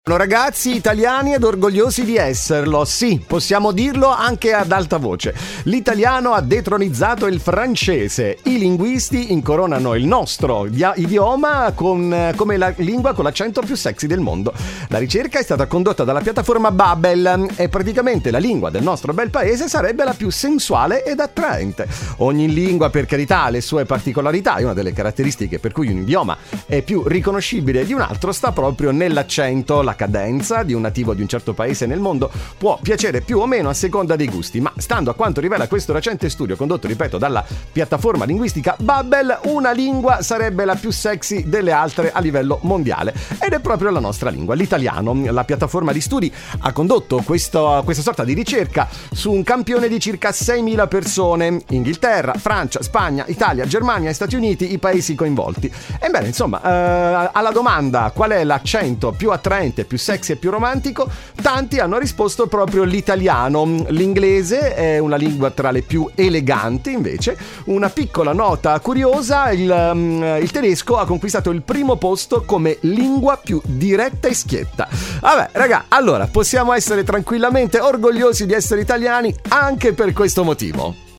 Ragazzi italiani ed orgogliosi di esserlo, sì, possiamo dirlo anche ad alta voce. L'italiano ha detronizzato il francese, i linguisti incoronano il nostro idioma come la lingua con l'accento più sexy del mondo. La ricerca è stata condotta dalla piattaforma Babbel e praticamente la lingua del nostro bel paese sarebbe la più sensuale ed attraente. Ogni lingua, per carità, ha le sue particolarità e una delle caratteristiche per cui un idioma è più riconoscibile di un altro sta proprio nell'accento. La cadenza di un nativo di un certo paese nel mondo può piacere più o meno a seconda dei gusti, ma stando a quanto rivela questo recente studio condotto, ripeto, dalla piattaforma linguistica Babbel, una lingua sarebbe la più sexy delle altre a livello mondiale ed è proprio la nostra lingua, l'italiano. La piattaforma di studi ha condotto questa sorta di ricerca su un campione di circa 6.000 persone: Inghilterra, Francia, Spagna, Italia, Germania e Stati Uniti i paesi coinvolti. Ebbene, insomma, alla domanda qual è l'accento più attraente, più sexy e più romantico, tanti hanno risposto proprio l'italiano. L'inglese è una lingua tra le più eleganti, invece. Una piccola nota curiosa: il tedesco ha conquistato il primo posto come lingua più diretta e schietta. Vabbè, raga, allora possiamo essere tranquillamente orgogliosi di essere italiani anche per questo motivo.